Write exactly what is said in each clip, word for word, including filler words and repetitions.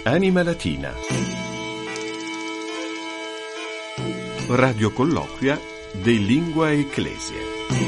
Anima Latina. Radio colloquia de Lingua Ecclesia.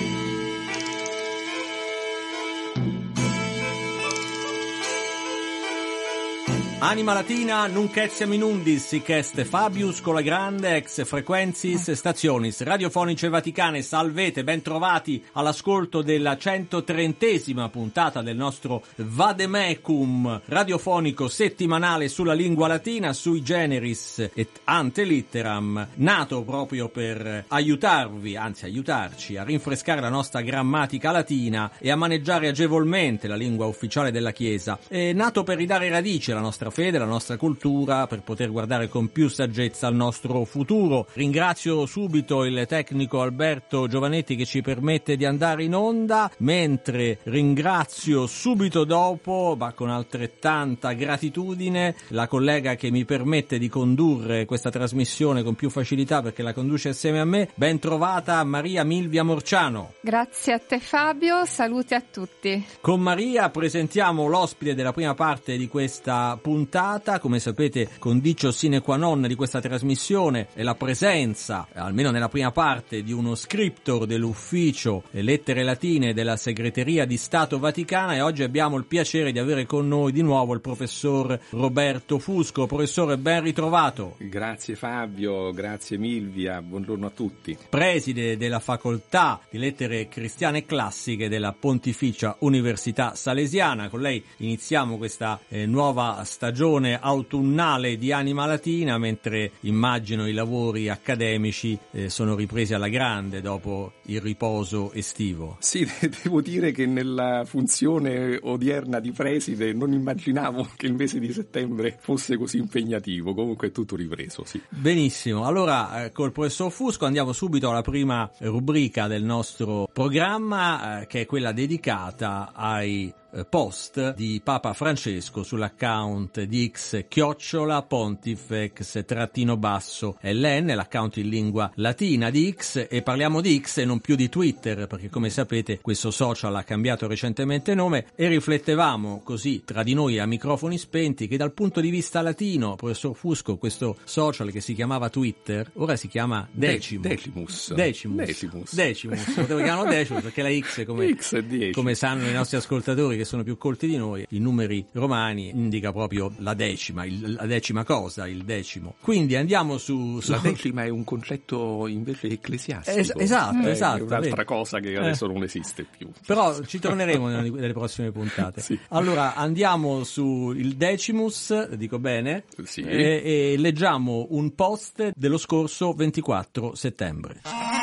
Anima Latina, nunc etiam in undis, sic est Fabius con la grande ex frequentis stationis radiofonice vaticane. Salvete, ben trovati all'ascolto della centotrentesima puntata del nostro Vademecum radiofonico settimanale sulla lingua latina, sui generis et ante litteram, nato proprio per aiutarvi, anzi aiutarci a rinfrescare la nostra grammatica latina e a maneggiare agevolmente la lingua ufficiale della Chiesa. È nato per ridare radici alla nostra fede, la nostra cultura, per poter guardare con più saggezza al nostro futuro. Ringrazio subito il tecnico Alberto Giovanetti che ci permette di andare in onda, mentre ringrazio subito dopo, ma con altrettanta gratitudine, la collega che mi permette di condurre questa trasmissione con più facilità perché la conduce assieme a me. Ben trovata Maria Milvia Morciano. Grazie a te Fabio, saluti a tutti. Con Maria presentiamo l'ospite della prima parte di questa puntata. Come sapete, condicio sine qua non di questa trasmissione è la presenza, almeno nella prima parte, di uno scriptor dell'ufficio Lettere Latine della Segreteria di Stato Vaticana, e oggi abbiamo il piacere di avere con noi di nuovo il professor Roberto Fusco. Professore, ben ritrovato. Grazie Fabio, grazie Milvia, buongiorno a tutti. Preside della Facoltà di Lettere Cristiane e Classiche della Pontificia Università Salesiana. Con lei iniziamo questa eh, nuova stagione autunnale di Anima Latina, mentre immagino i lavori accademici eh, sono ripresi alla grande dopo il riposo estivo. Sì, devo dire che nella funzione odierna di preside non immaginavo che il mese di settembre fosse così impegnativo. Comunque è tutto ripreso, sì. Benissimo, allora eh, col professor Fusco andiamo subito alla prima rubrica del nostro programma, eh, che è quella dedicata ai post di Papa Francesco sull'account di X chiocciola pontifex trattino basso ln, l'account in lingua latina di X, e parliamo di X e non più di Twitter perché, come sapete, questo social ha cambiato recentemente nome, e riflettevamo così tra di noi a microfoni spenti che dal punto di vista latino, professor Fusco, questo social che si chiamava Twitter ora si chiama Decimo. De- Decimus. Decimus. Decimus. Decimus. Potevo chiamarlo Decimus perché la X, come, X è come sanno i nostri ascoltatori che sono più colti di noi, i numeri romani indica proprio la decima, il, la decima cosa, il decimo. Quindi andiamo su, su... La decima è un concetto invece ecclesiastico. Es- esatto, eh, esatto. È un'altra vedi? cosa che adesso eh. non esiste più. Però ci torneremo nelle, nelle prossime puntate. Sì. Allora andiamo su il Decimus, dico bene, sì. e, e leggiamo un post dello scorso ventiquattro settembre.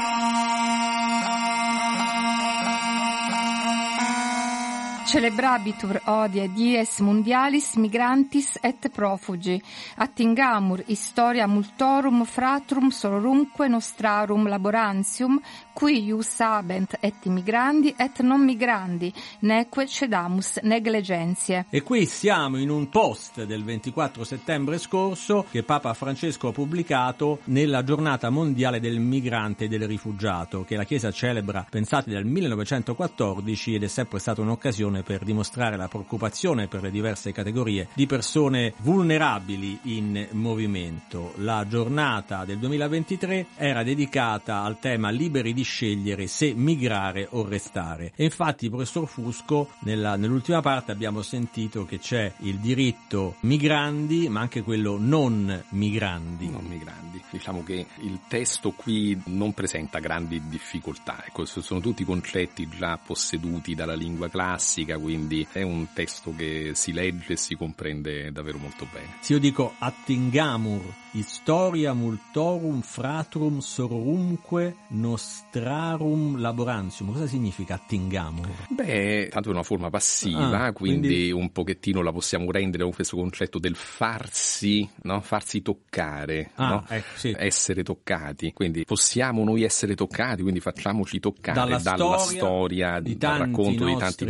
Celebrabitur hodie dies mundialis migrantis et profugi, attingamur historia multorum fratrum sororumque nostrarum laborantium, qui ius habent et immigrandi et non migrandi, neque cedamus negligentiae. E qui siamo in un post del ventiquattro settembre scorso che Papa Francesco ha pubblicato nella giornata mondiale del migrante e del rifugiato, che la Chiesa celebra, pensate, dal millenovecentoquattordici, ed è sempre stata un'occasione per dimostrare la preoccupazione per le diverse categorie di persone vulnerabili in movimento. La giornata del duemilaventitré era dedicata al tema liberi di scegliere se migrare o restare. E infatti, professor Fusco, nella, nell'ultima parte abbiamo sentito che c'è il diritto migrandi, ma anche quello non migrandi. Non migrandi. Diciamo che il testo qui non presenta grandi difficoltà. Ecco, sono tutti concetti già posseduti dalla lingua classica, quindi è un testo che si legge e si comprende davvero molto bene. Se io dico attingamur historia multorum fratrum sororumque nostrarum laborantium, cosa significa attingamur? Beh, tanto è una forma passiva, ah, quindi, quindi un pochettino la possiamo rendere con questo concetto del farsi, no? Farsi toccare, ah, no? ecco, sì. Essere toccati, quindi possiamo noi essere toccati, quindi facciamoci toccare dalla, dalla storia, storia, di dal tanti racconto nostri, di tanti nostri fratelli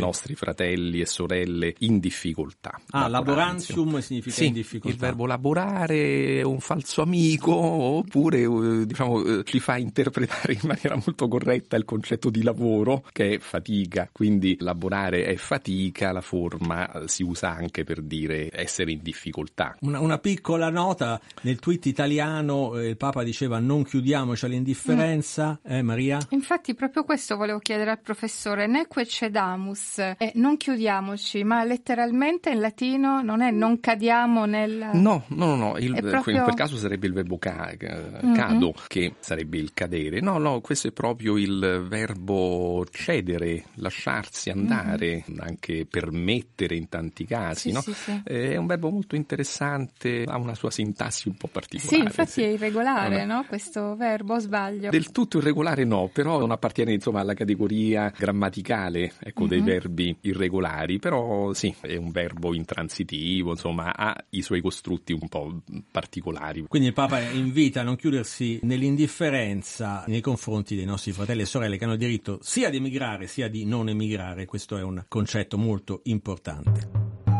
fratelli e sorelle in difficoltà. Ah, laborantium significa sì, in difficoltà. Il verbo laborare è un falso amico, oppure diciamo ci fa interpretare in maniera molto corretta il concetto di lavoro, che è fatica, quindi lavorare è fatica, la forma si usa anche per dire essere in difficoltà. Una, una piccola nota, nel tweet italiano eh, il Papa diceva non chiudiamoci all'indifferenza, mm. eh Maria? Infatti proprio questo volevo chiedere al professore, neque cedamus, eh, non chiudiamoci, ma letteralmente in latino non è non cadiamo nel... No, no, no, no. Il, proprio... in quel caso sarebbe il verbo ca, cado, mm-hmm. che sarebbe il cadere. No, no, questo è proprio il verbo cedere, lasciarsi andare, mm-hmm. anche permettere in tanti casi, sì, no? Sì, sì. È un verbo molto interessante, ha una sua sintassi un po' particolare. Sì, infatti sì. è irregolare, no? Questo verbo, o sbaglio? Del tutto irregolare no, però non appartiene insomma alla categoria grammaticale, ecco, mm-hmm. dei verbi irregolari, però sì, è un verbo intransitivo, insomma, ha i suoi costrutti un po' particolari. Quindi il Papa invita a non chiudersi nell'indifferenza nei confronti dei nostri fratelli e sorelle che hanno diritto sia di emigrare sia di non emigrare. Questo è un concetto molto importante.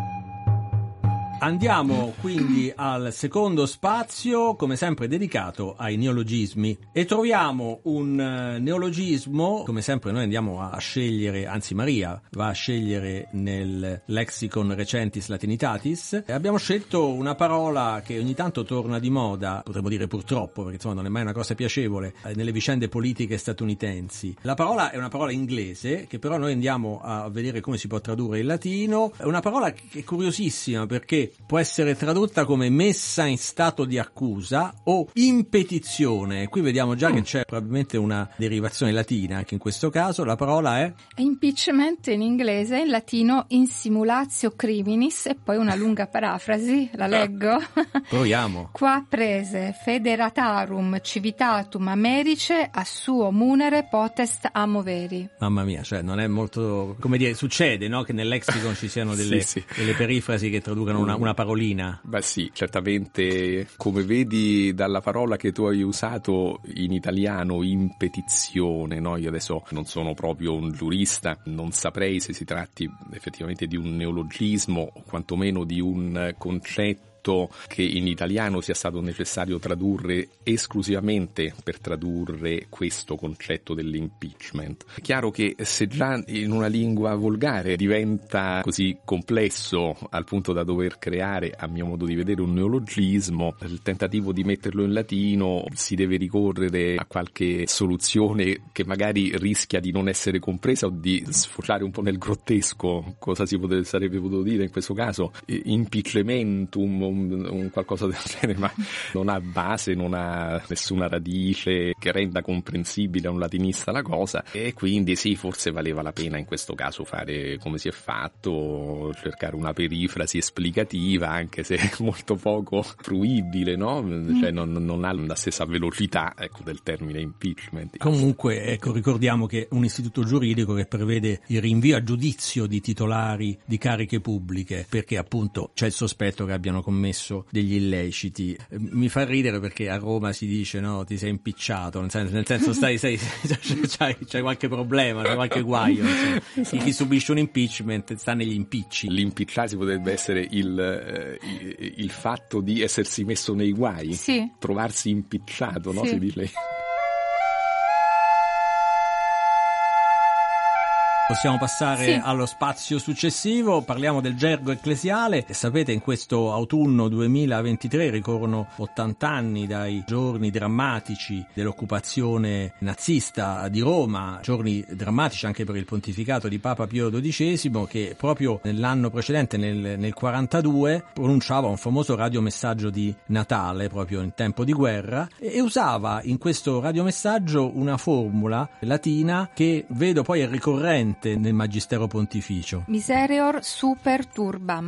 Andiamo quindi al secondo spazio, come sempre dedicato ai neologismi, e troviamo un neologismo, come sempre noi andiamo a scegliere, anzi Maria va a scegliere nel Lexicon Recentis Latinitatis, e abbiamo scelto una parola che ogni tanto torna di moda, potremmo dire purtroppo, perché insomma non è mai una cosa piacevole, nelle vicende politiche statunitensi. La parola è una parola inglese, che però noi andiamo a vedere come si può tradurre in latino. È una parola che è curiosissima perché può essere tradotta come messa in stato di accusa o impetizione. Qui vediamo già mm. che c'è probabilmente una derivazione latina anche in questo caso. La parola è impeachment in inglese, in latino insimulatio criminis, e poi una lunga parafrasi, la leggo. Proviamo. Qua prese federatarum civitatum americe a suo munere potest amoveri. Mamma mia, cioè non è molto, come dire, succede, no, che nel lexicon ci siano delle, sì, sì. delle perifrasi che traducano una, una parolina. Beh sì, certamente, come vedi dalla parola che tu hai usato in italiano, impetizione, no? Io adesso non sono proprio un giurista, non saprei se si tratti effettivamente di un neologismo o quantomeno di un concetto che in italiano sia stato necessario tradurre esclusivamente per tradurre questo concetto dell'impeachment. È chiaro che se già in una lingua volgare diventa così complesso al punto da dover creare, a mio modo di vedere, un neologismo, il tentativo di metterlo in latino si deve ricorrere a qualche soluzione che magari rischia di non essere compresa o di sfociare un po' nel grottesco. Cosa si potrebbe, sarebbe potuto dire in questo caso? Impeachmentum, Un, un qualcosa del genere, ma non ha base, non ha nessuna radice che renda comprensibile a un latinista la cosa, e quindi sì, forse valeva la pena in questo caso fare come si è fatto, cercare una perifrasi esplicativa, anche se molto poco fruibile, no? Cioè non, non ha la stessa velocità, ecco, del termine impeachment. Comunque, ecco, ricordiamo che è un istituto giuridico che prevede il rinvio a giudizio di titolari di cariche pubbliche, perché appunto c'è il sospetto che abbiano commesso degli illeciti. Mi fa ridere perché a Roma si dice, no, ti sei impicciato, nel senso, nel senso stai, stai, c'hai, c'hai qualche problema, c'è qualche guaio, insomma. Chi subisce un impeachment sta negli impicci. L'impicciarsi potrebbe essere il, eh, il fatto di essersi messo nei guai, sì. Trovarsi impicciato, no? Sì. Si dice. Possiamo passare sì. allo spazio successivo, parliamo del gergo ecclesiale. E sapete, in questo autunno duemilaventitré ricorrono ottanta anni dai giorni drammatici dell'occupazione nazista di Roma, giorni drammatici anche per il pontificato di Papa Pio dodicesimo, che proprio nell'anno precedente, nel, nel quarantadue, pronunciava un famoso radiomessaggio di Natale, proprio in tempo di guerra, e usava in questo radiomessaggio una formula latina che vedo poi è ricorrente nel Magistero Pontificio. Misereor super turbam.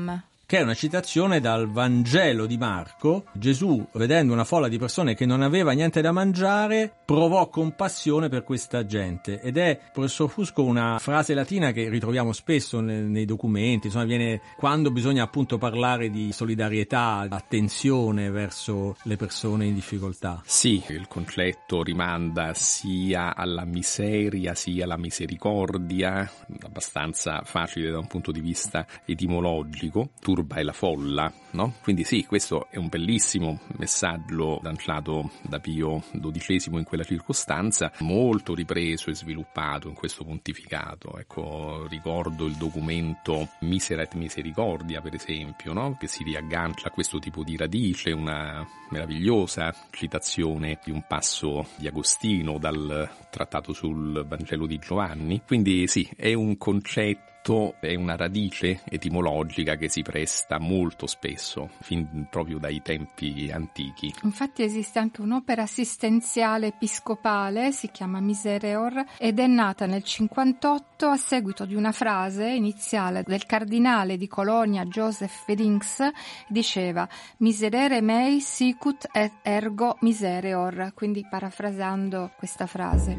che è una citazione dal Vangelo di Marco. Gesù, vedendo una folla di persone che non aveva niente da mangiare, provò compassione per questa gente, ed è, professor Fusco, una frase latina che ritroviamo spesso nei, nei documenti, insomma viene quando bisogna appunto parlare di solidarietà, attenzione verso le persone in difficoltà. Sì, il concetto rimanda sia alla miseria sia alla misericordia, abbastanza facile da un punto di vista etimologico. Turba è la folla, no? Quindi sì, questo è un bellissimo messaggio lanciato da Pio dodicesimo in quella circostanza, molto ripreso e sviluppato in questo pontificato. Ecco, ricordo il documento Misera et Misericordia, per esempio, no? Che si riaggancia a questo tipo di radice, una meravigliosa citazione di un passo di Agostino dal trattato sul Vangelo di Giovanni. Quindi sì, è un concetto, è una radice etimologica che si presta molto spesso, fin proprio dai tempi antichi. Infatti esiste anche un'opera assistenziale episcopale, si chiama Misereor, ed è nata nel cinquantotto a seguito di una frase iniziale del cardinale di Colonia Joseph Rinks, diceva Miserere mei sicut et ergo misereor, quindi parafrasando questa frase.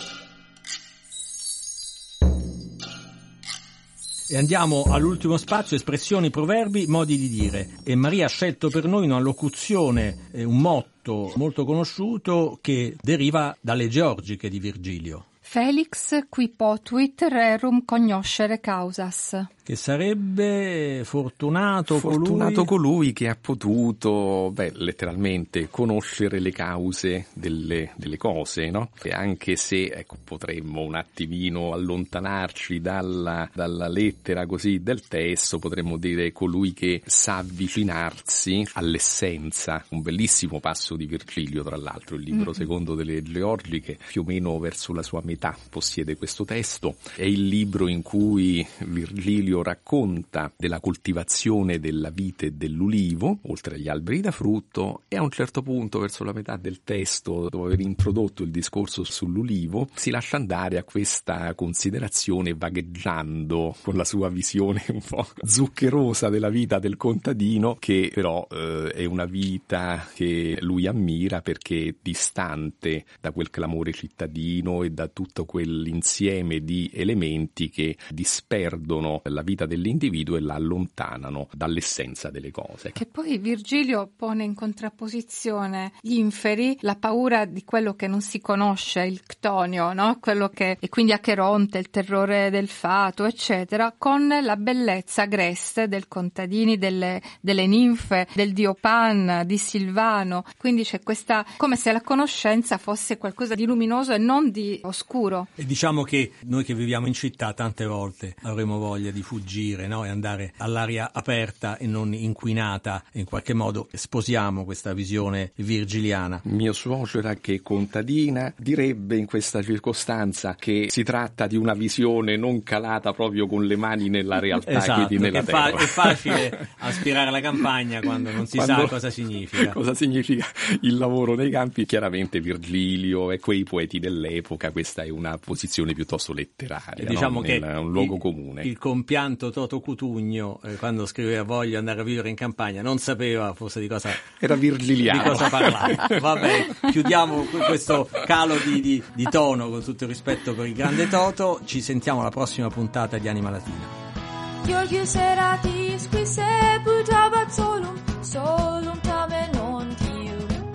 E andiamo all'ultimo spazio, espressioni, proverbi, modi di dire. E Maria ha scelto per noi una locuzione, un motto molto conosciuto che deriva dalle Georgiche di Virgilio. Felix qui potuit rerum cognoscere causas. Che sarebbe fortunato, fortunato colui... colui che ha potuto, beh, letteralmente conoscere le cause delle, delle cose, no? E anche se, ecco, potremmo un attimino allontanarci dalla, dalla lettera così del testo, potremmo dire colui che sa avvicinarsi all'essenza. Un bellissimo passo di Virgilio, tra l'altro, il libro mm. secondo delle Georgiche, più o meno verso la sua metà possiede questo testo. È il libro in cui Virgilio racconta della coltivazione della vite e dell'ulivo, oltre agli alberi da frutto, e a un certo punto, verso la metà del testo, dopo aver introdotto il discorso sull'ulivo, si lascia andare a questa considerazione, vagheggiando con la sua visione un po' zuccherosa della vita del contadino, che però eh, è una vita che lui ammira perché è distante da quel clamore cittadino e da tutto quell'insieme di elementi che disperdono la vita dell'individuo e la allontanano dall'essenza delle cose. Che poi Virgilio pone in contrapposizione gli inferi, la paura di quello che non si conosce, il ctonio, no? Quello che, e quindi Acheronte, il terrore del fato, eccetera, con la bellezza agreste del contadini, delle, delle ninfe, del dio Pan, di Silvano. Quindi c'è questa, come se la conoscenza fosse qualcosa di luminoso e non di oscuro. E diciamo che noi che viviamo in città tante volte avremo voglia di fuggire, no? E andare all'aria aperta e non inquinata. In qualche modo sposiamo questa visione virgiliana. Mio suocera, che è contadina, direbbe in questa circostanza che si tratta di una visione non calata proprio con le mani nella realtà, esatto, che nella è terra. Fa- è facile aspirare alla campagna quando non si quando, sa cosa significa. Cosa significa il lavoro nei campi. Chiaramente Virgilio e quei poeti dell'epoca, questa è una posizione piuttosto letteraria, diciamo, no? che Nel, un luogo il, comune. Il compianto Toto Cutugno, eh, quando scriveva voglio andare a vivere in campagna, non sapeva forse di cosa era virgiliano, di cosa parlare. Vabbè, chiudiamo questo calo di, di, di tono, con tutto il rispetto per il grande Toto. Ci sentiamo alla prossima puntata di Anima Latina. Georgius eratis qui sepultabat solum, solum tamen non tium.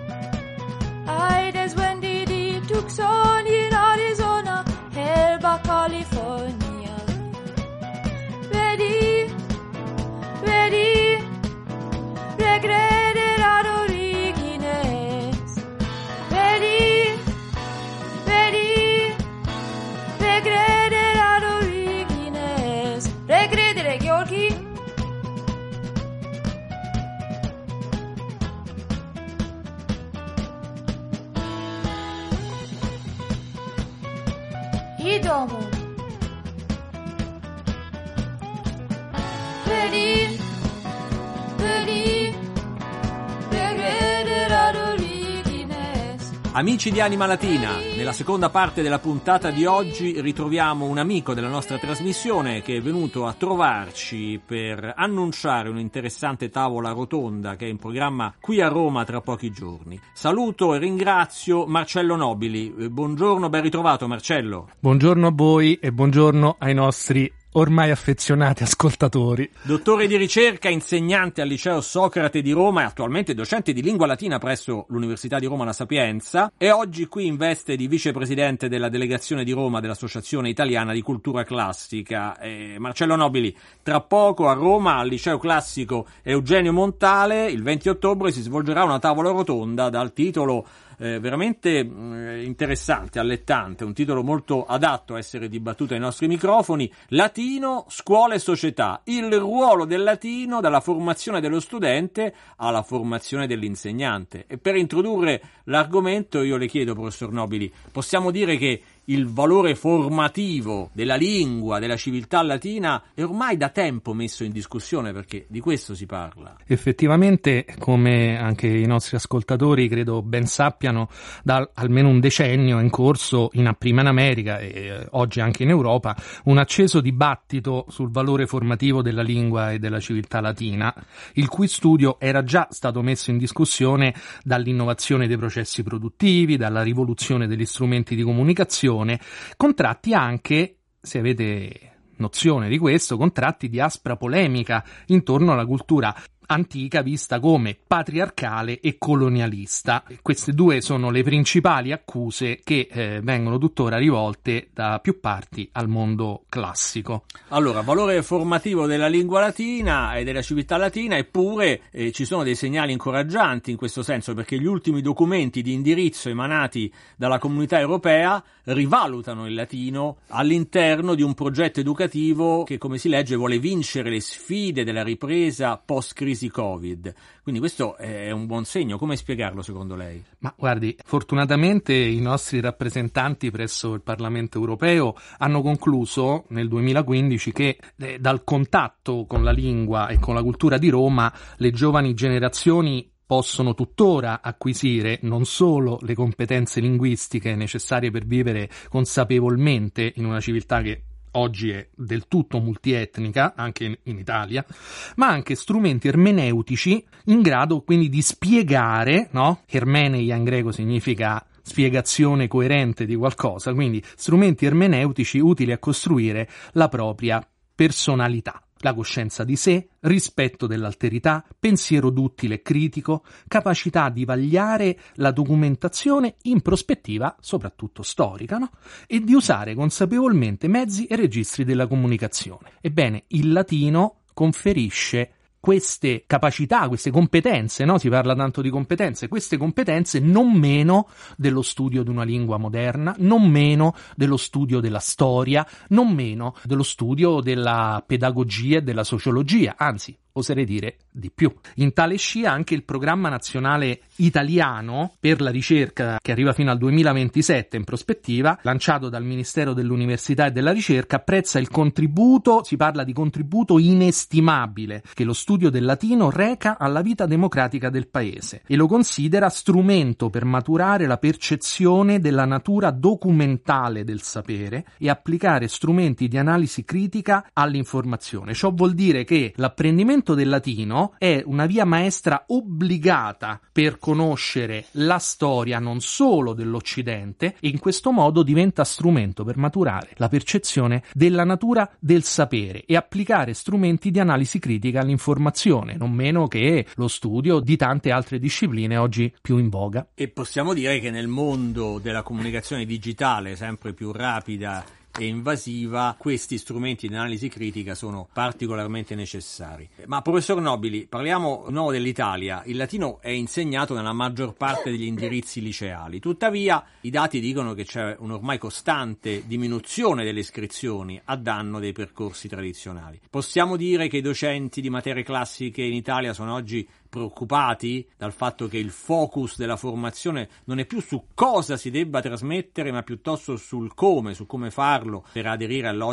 Aides vendidi tucson in Arizona, Elba California. Vedi, vedi, regreder ad origines. Vedi, vedi, regreder ad origines. Regredere, Georgi. Idomo. Vedi, vedi, regredere ad origines. Amici di Anima Latina, nella seconda parte della puntata di oggi ritroviamo un amico della nostra trasmissione che è venuto a trovarci per annunciare un'interessante tavola rotonda che è in programma qui a Roma tra pochi giorni. Saluto e ringrazio Marcello Nobili. Buongiorno, ben ritrovato Marcello. Buongiorno a voi e buongiorno ai nostri ormai affezionati ascoltatori. Dottore di ricerca, insegnante al liceo Socrate di Roma e attualmente docente di lingua latina presso l'Università di Roma La Sapienza, e oggi qui in veste di vicepresidente della delegazione di Roma dell'Associazione Italiana di Cultura Classica. Eh, Marcello Nobili, tra poco a Roma al liceo classico Eugenio Montale il venti ottobre si svolgerà una tavola rotonda dal titolo Eh, veramente eh, interessante, allettante, un titolo molto adatto a essere dibattuto ai nostri microfoni: Latino, scuola e società, il ruolo del latino dalla formazione dello studente alla formazione dell'insegnante. E per introdurre l'argomento io le chiedo, professor Nobili, possiamo dire che il valore formativo della lingua, della civiltà latina è ormai da tempo messo in discussione, perché di questo si parla. Effettivamente, come anche i nostri ascoltatori credo ben sappiano, da almeno un decennio è in corso in prima in America e oggi anche in Europa un acceso dibattito sul valore formativo della lingua e della civiltà latina, il cui studio era già stato messo in discussione dall'innovazione dei processi produttivi, dalla rivoluzione degli strumenti di comunicazione, contratti anche, se avete nozione di questo, contratti di aspra polemica intorno alla cultura antica vista come patriarcale e colonialista. Queste due sono le principali accuse che eh, vengono tuttora rivolte da più parti al mondo classico. Allora, valore formativo della lingua latina e della civiltà latina, eppure eh, ci sono dei segnali incoraggianti in questo senso, perché gli ultimi documenti di indirizzo emanati dalla Comunità Europea rivalutano il latino all'interno di un progetto educativo che, come si legge, vuole vincere le sfide della ripresa post-crisi Covid. Quindi questo è un buon segno. Come spiegarlo secondo lei? Ma guardi, fortunatamente i nostri rappresentanti presso il Parlamento europeo hanno concluso nel duemilaquindici che eh, dal contatto con la lingua e con la cultura di Roma le giovani generazioni possono tuttora acquisire non solo le competenze linguistiche necessarie per vivere consapevolmente in una civiltà che oggi è del tutto multietnica, anche in Italia, ma anche strumenti ermeneutici in grado quindi di spiegare, no? Ermeneia in greco significa spiegazione coerente di qualcosa, quindi strumenti ermeneutici utili a costruire la propria personalità. La coscienza di sé, rispetto dell'alterità, pensiero duttile e critico, capacità di vagliare la documentazione in prospettiva soprattutto storica, no? E di usare consapevolmente mezzi e registri della comunicazione. Ebbene, il latino conferisce queste capacità, queste competenze, no? Si parla tanto di competenze, queste competenze non meno dello studio di una lingua moderna, non meno dello studio della storia, non meno dello studio della pedagogia e della sociologia, anzi, oserei dire di più. In tale scia anche il programma nazionale italiano per la ricerca, che arriva fino al duemilaventisette in prospettiva, lanciato dal Ministero dell'Università e della Ricerca, apprezza il contributo, si parla di contributo inestimabile, che lo studio del latino reca alla vita democratica del paese e lo considera strumento per maturare la percezione della natura documentale del sapere e applicare strumenti di analisi critica all'informazione. Ciò vuol dire che l'apprendimento del latino è una via maestra obbligata per conoscere la storia non solo dell'Occidente e in questo modo diventa strumento per maturare la percezione della natura del sapere e applicare strumenti di analisi critica all'informazione, non meno che lo studio di tante altre discipline oggi più in voga. E possiamo dire che nel mondo della comunicazione digitale sempre più rapida e invasiva, questi strumenti di analisi critica sono particolarmente necessari. Ma professor Nobili, parliamo di nuovo dell'Italia. Il latino è insegnato nella maggior parte degli indirizzi liceali, tuttavia i dati dicono che c'è un'ormai costante diminuzione delle iscrizioni a danno dei percorsi tradizionali. Possiamo dire che i docenti di materie classiche in Italia sono oggi preoccupati dal fatto che il focus della formazione non è più su cosa si debba trasmettere, ma piuttosto sul come, su come farlo per aderire a logiche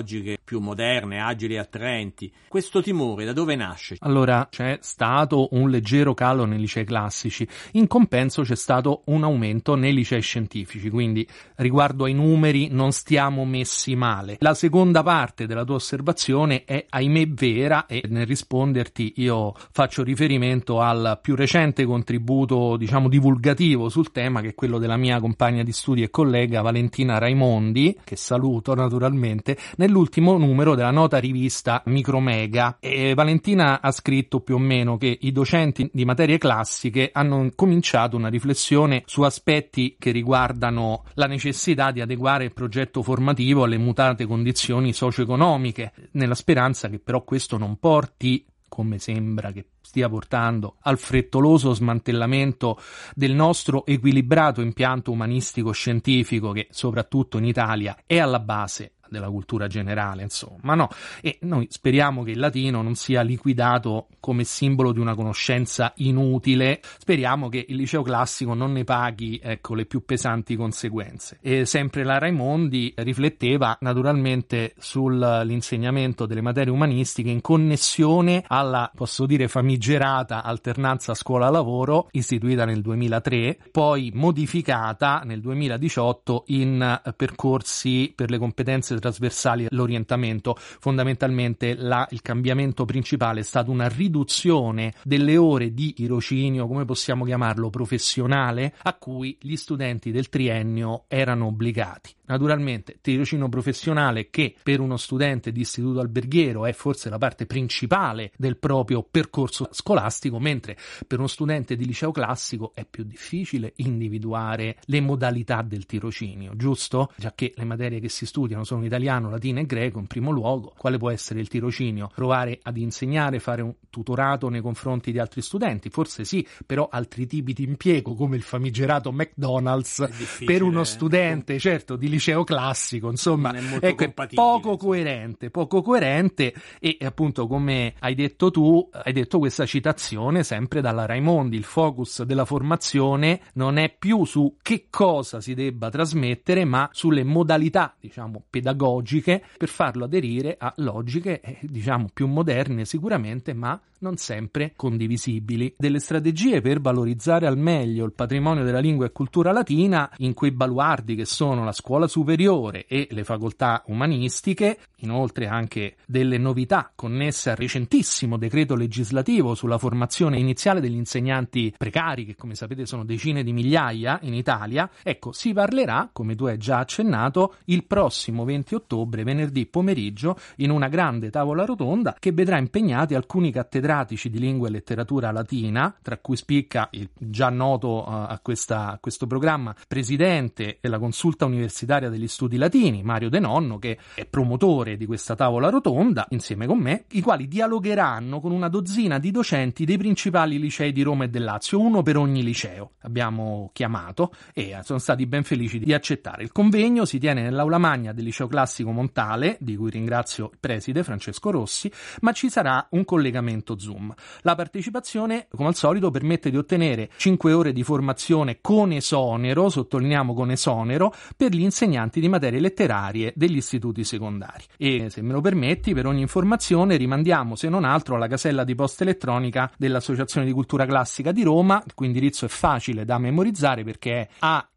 più moderne, agili e attraenti. Questo timore da dove nasce? Allora, c'è stato un leggero calo nei licei classici, in compenso c'è stato un aumento nei licei scientifici, quindi riguardo ai numeri non stiamo messi male. La seconda parte della tua osservazione è ahimè vera, e nel risponderti io faccio riferimento al più recente contributo, diciamo, divulgativo sul tema, che è quello della mia compagna di studi e collega Valentina Raimondi, che saluto naturalmente, nell'ultimo numero della nota rivista Micromega. E Valentina ha scritto più o meno che i docenti di materie classiche hanno cominciato una riflessione su aspetti che riguardano la necessità di adeguare il progetto formativo alle mutate condizioni socio-economiche, nella speranza che però questo non porti, come sembra che stia portando, al frettoloso smantellamento del nostro equilibrato impianto umanistico-scientifico, che soprattutto in Italia è alla base della cultura generale, insomma, no? E noi speriamo che il latino non sia liquidato come simbolo di una conoscenza inutile, speriamo che il liceo classico non ne paghi, ecco, le più pesanti conseguenze. E sempre la Raimondi rifletteva naturalmente sull'insegnamento delle materie umanistiche in connessione alla, posso dire, famigerata alternanza scuola-lavoro, istituita nel duemilatré, poi modificata nel duemiladiciotto in percorsi per le competenze trasversali all'orientamento. Fondamentalmente la, il cambiamento principale è stato una riduzione delle ore di tirocinio, come possiamo chiamarlo, professionale, a cui gli studenti del triennio erano obbligati. Naturalmente tirocinio professionale che per uno studente di istituto alberghiero è forse la parte principale del proprio percorso scolastico, mentre per uno studente di liceo classico è più difficile individuare le modalità del tirocinio, giusto? Giacché le materie che si studiano sono italiano, latino e greco in primo luogo. Quale può essere il tirocinio? Provare ad insegnare, fare un tutorato nei confronti di altri studenti? Forse sì, però altri tipi di impiego, come il famigerato McDonald's per uno studente, certo, di liceo classico, insomma, è ecco, è poco insomma. coerente, poco coerente e appunto, come hai detto tu, hai detto questa citazione sempre dalla Raimondi, il focus della formazione non è più su che cosa si debba trasmettere, ma sulle modalità, diciamo, pedagogiche per farlo aderire a logiche, eh, diciamo, più moderne sicuramente, ma non sempre condivisibili. Delle strategie per valorizzare al meglio il patrimonio della lingua e cultura latina in quei baluardi che sono la scuola superiore e le facoltà umanistiche, inoltre anche delle novità connesse al recentissimo decreto legislativo sulla formazione iniziale degli insegnanti precari, che come sapete sono decine di migliaia in Italia. Ecco, si parlerà, come tu hai già accennato, il prossimo venti ottobre, venerdì pomeriggio, in una grande tavola rotonda che vedrà impegnati alcuni cattedrati di lingua e letteratura latina, tra cui spicca il già noto uh, a, questa, a questo programma presidente della Consulta Universitaria degli Studi Latini, Mario De Nonno, che è promotore di questa tavola rotonda insieme con me, i quali dialogheranno con una dozzina di docenti dei principali licei di Roma e del Lazio, uno per ogni liceo. Abbiamo chiamato e sono stati ben felici di accettare. Il convegno si tiene nell'aula magna del liceo classico Montale, di cui ringrazio il preside Francesco Rossi, ma ci sarà un collegamento Zoom. La partecipazione, come al solito, permette di ottenere cinque ore di formazione con esonero, sottolineiamo con esonero, per gli insegnanti di materie letterarie degli istituti secondari. E, se me lo permetti, per ogni informazione rimandiamo, se non altro, alla casella di posta elettronica dell'Associazione di Cultura Classica di Roma, il cui indirizzo è facile da memorizzare perché è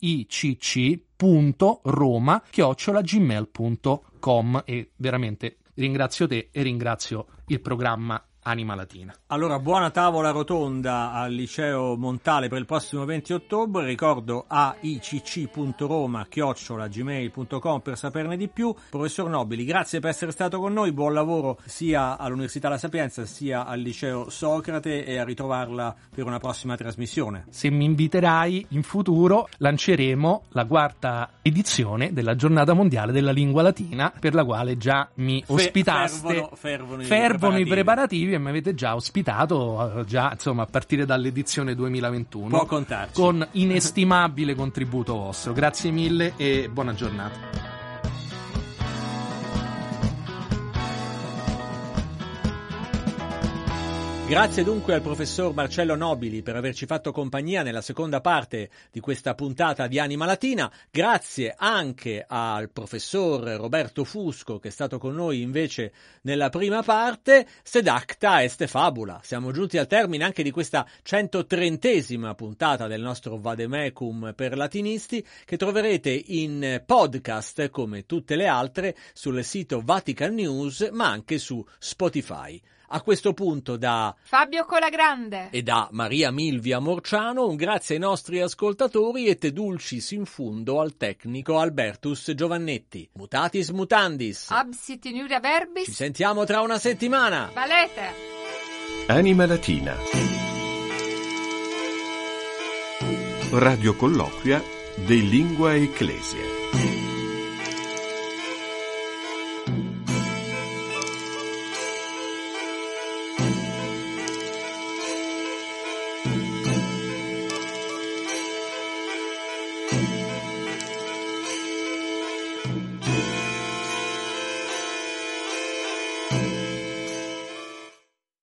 aicc punto roma chiocciola gmail punto com, e veramente ringrazio te e ringrazio il programma Anima Latina. Allora, buona tavola rotonda al liceo Montale per il prossimo venti ottobre. Ricordo aicc punto roma chiocciola gmail punto com per saperne di più. Professor Nobili, grazie per essere stato con noi, buon lavoro sia all'Università La Sapienza sia al liceo Socrate, e a ritrovarla per una prossima trasmissione. Se mi inviterai in futuro lanceremo la quarta edizione della Giornata Mondiale della Lingua Latina, per la quale già mi ospitaste. Fervono, fervono, i, fervono preparativi. i preparativi e mi avete già ospitato, già insomma a partire dall'edizione duemilaventuno. Può contarci. Con inestimabile contributo vostro. Grazie mille e buona giornata. Grazie dunque al professor Marcello Nobili per averci fatto compagnia nella seconda parte di questa puntata di Anima Latina. Grazie anche al professor Roberto Fusco che è stato con noi invece nella prima parte. Sed acta est fabula. Siamo giunti al termine anche di questa centotrentesima puntata del nostro Vademecum per latinisti, che troverete in podcast come tutte le altre sul sito Vatican News, ma anche su Spotify. A questo punto da Fabio Colagrande e da Maria Milvia Morciano un grazie ai nostri ascoltatori e te dulcis in fundo al tecnico Albertus Giovannetti. Mutatis mutandis. Absit in iuria verbis. Ci sentiamo tra una settimana. Valete. Anima Latina. Radio colloquia de Lingua Ecclesia.